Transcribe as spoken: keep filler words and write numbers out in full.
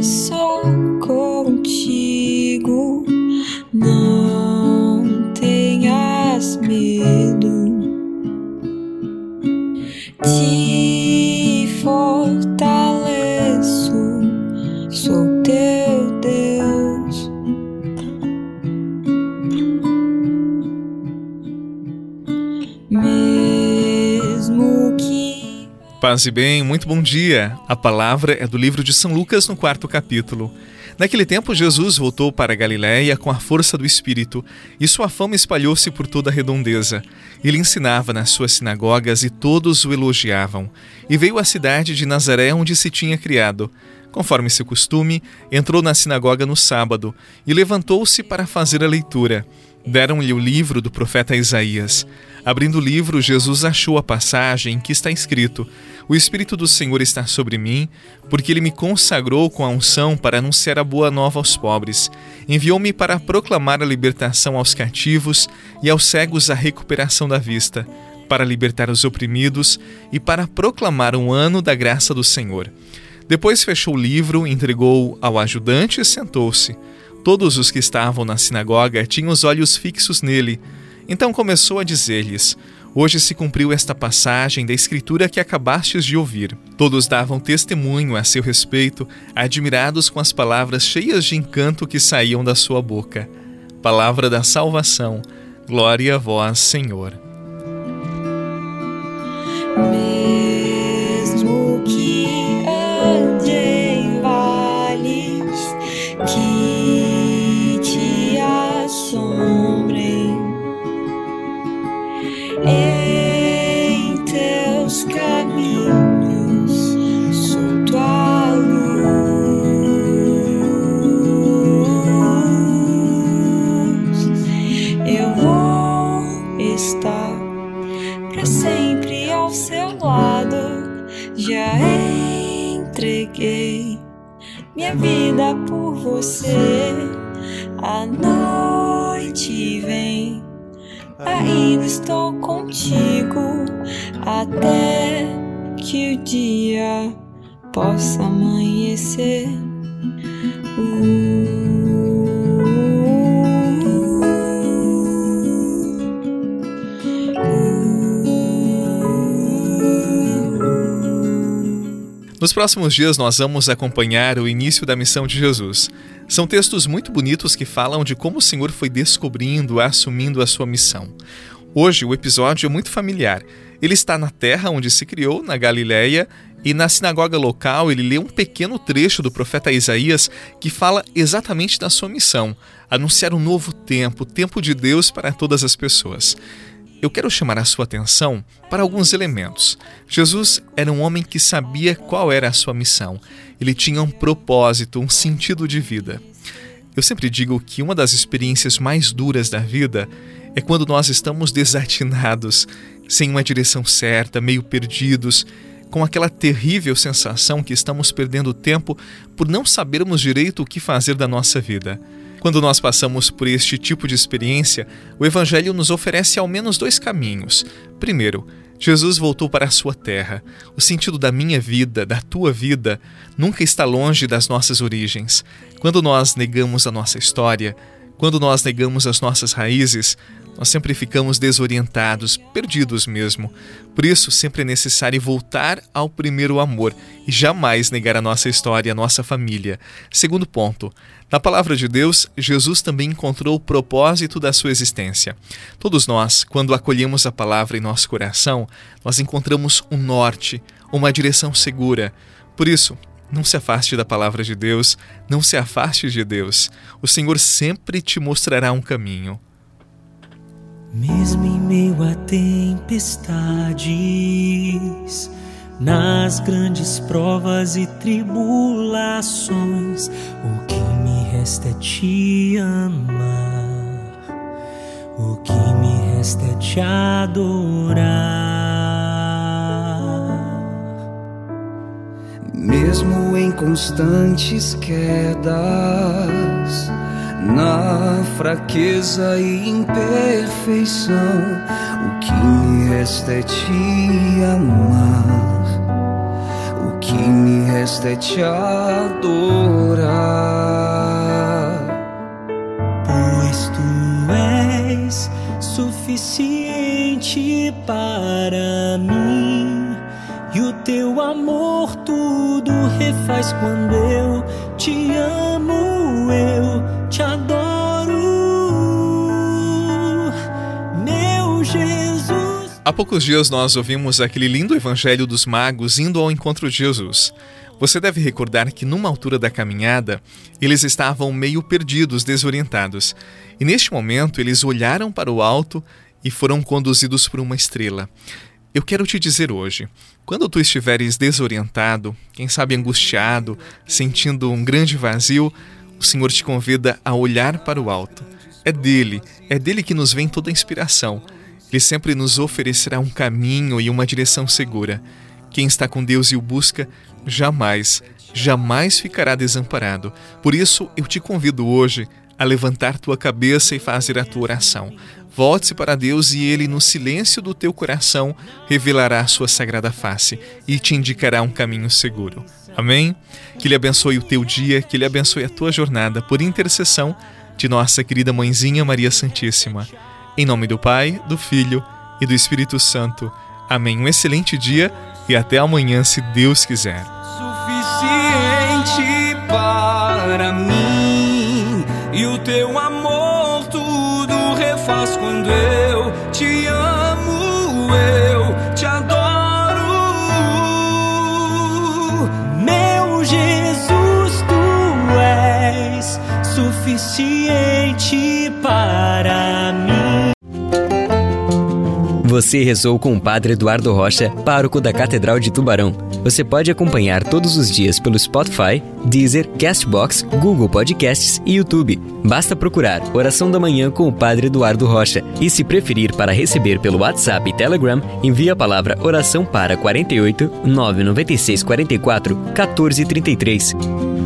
só contigo. Não tenhas medo. Te fortaleço, sou teu Deus. Mesmo que... Paz e bem, muito bom dia. A palavra é do livro de São Lucas, no quarto capítulo. Naquele tempo, Jesus voltou para a Galiléia com a força do Espírito, e sua fama espalhou-se por toda a redondeza. Ele ensinava nas suas sinagogas e todos o elogiavam. E veio à cidade de Nazaré, onde se tinha criado. Conforme seu costume, entrou na sinagoga no sábado e levantou-se para fazer a leitura. Deram-lhe o livro do profeta Isaías. Abrindo o livro, Jesus achou a passagem em que está escrito: O Espírito do Senhor está sobre mim, porque Ele me consagrou com a unção para anunciar a boa nova aos pobres. Enviou-me para proclamar a libertação aos cativos e aos cegos a recuperação da vista, para libertar os oprimidos e para proclamar um ano da graça do Senhor. Depois fechou o livro, entregou ao ajudante e sentou-se. Todos os que estavam na sinagoga tinham os olhos fixos nele. Então começou a dizer-lhes: Hoje se cumpriu esta passagem da Escritura que acabastes de ouvir. Todos davam testemunho a seu respeito, admirados com as palavras cheias de encanto que saíam da sua boca. Palavra da salvação. Glória a vós, Senhor. Mesmo que ande em vales que te assombrem, em teus caminhos sou tua luz. Eu vou estar para sempre ao seu lado. Já entreguei minha vida por você. A noite vem, ainda estou contigo, até que o dia possa amanhecer. Uh. Nos próximos dias nós vamos acompanhar o início da missão de Jesus. São textos muito bonitos que falam de como o Senhor foi descobrindo, assumindo a sua missão. Hoje o episódio é muito familiar. Ele está na terra onde se criou, na Galiléia, e na sinagoga local ele lê um pequeno trecho do profeta Isaías que fala exatamente da sua missão: anunciar um novo tempo, o tempo de Deus para todas as pessoas. Eu quero chamar a sua atenção para alguns elementos. Jesus era um homem que sabia qual era a sua missão. Ele tinha um propósito, um sentido de vida. Eu sempre digo que uma das experiências mais duras da vida é quando nós estamos desatinados, sem uma direção certa, meio perdidos, com aquela terrível sensação que estamos perdendo tempo por não sabermos direito o que fazer da nossa vida. Quando nós passamos por este tipo de experiência, o Evangelho nos oferece ao menos dois caminhos. Primeiro, Jesus voltou para a sua terra. O sentido da minha vida, da tua vida, nunca está longe das nossas origens. Quando nós negamos a nossa história, quando nós negamos as nossas raízes, nós sempre ficamos desorientados, perdidos mesmo. Por isso, sempre é necessário voltar ao primeiro amor e jamais negar a nossa história, a nossa família. Segundo ponto, na palavra de Deus, Jesus também encontrou o propósito da sua existência. Todos nós, quando acolhemos a palavra em nosso coração, nós encontramos um norte, uma direção segura. Por isso, não se afaste da palavra de Deus, não se afaste de Deus. O Senhor sempre te mostrará um caminho. Mesmo em meio a tempestades, nas grandes provas e tribulações, o que me resta é te amar, o que me resta é te adorar. Mesmo em constantes quedas, na fraqueza e imperfeição, o que me resta é te amar, o que me resta é te adorar. adorar. Pois tu és suficiente para mim, e o teu amor tudo refaz. Quando eu te amo, eu te adoro, meu Jesus. Há poucos dias nós ouvimos aquele lindo evangelho dos magos indo ao encontro de Jesus. Você deve recordar que numa altura da caminhada, eles estavam meio perdidos, desorientados. E neste momento, eles olharam para o alto e foram conduzidos por uma estrela. Eu quero te dizer hoje, quando tu estiveres desorientado, quem sabe angustiado, sentindo um grande vazio, o Senhor te convida a olhar para o alto. É dele, é dele que nos vem toda a inspiração. Ele sempre nos oferecerá um caminho e uma direção segura. Quem está com Deus e o busca, jamais, jamais ficará desamparado. Por isso, eu te convido hoje a levantar tua cabeça e fazer a tua oração. Volte-se para Deus e Ele, no silêncio do teu coração, revelará a sua sagrada face e te indicará um caminho seguro. Amém? Que Ele abençoe o teu dia, que Ele abençoe a tua jornada, por intercessão de nossa querida Mãezinha Maria Santíssima. Em nome do Pai, do Filho e do Espírito Santo. Amém. Um excelente dia e até amanhã, se Deus quiser. Suficiente para mim, e o teu amor tudo refaz. Quando eu te amo, eu te adoro, Meu Jesus, tu és suficiente para mim. Você rezou com o Padre Eduardo Rocha, pároco da Catedral de Tubarão. Você pode acompanhar todos os dias pelo Spotify, Deezer, Castbox, Google Podcasts e YouTube. Basta procurar Oração da Manhã com o Padre Eduardo Rocha. E se preferir para receber pelo WhatsApp e Telegram, envie a palavra oração para quarenta e oito, nove nove seis, quarenta e quatro, quatorze, trinta e três.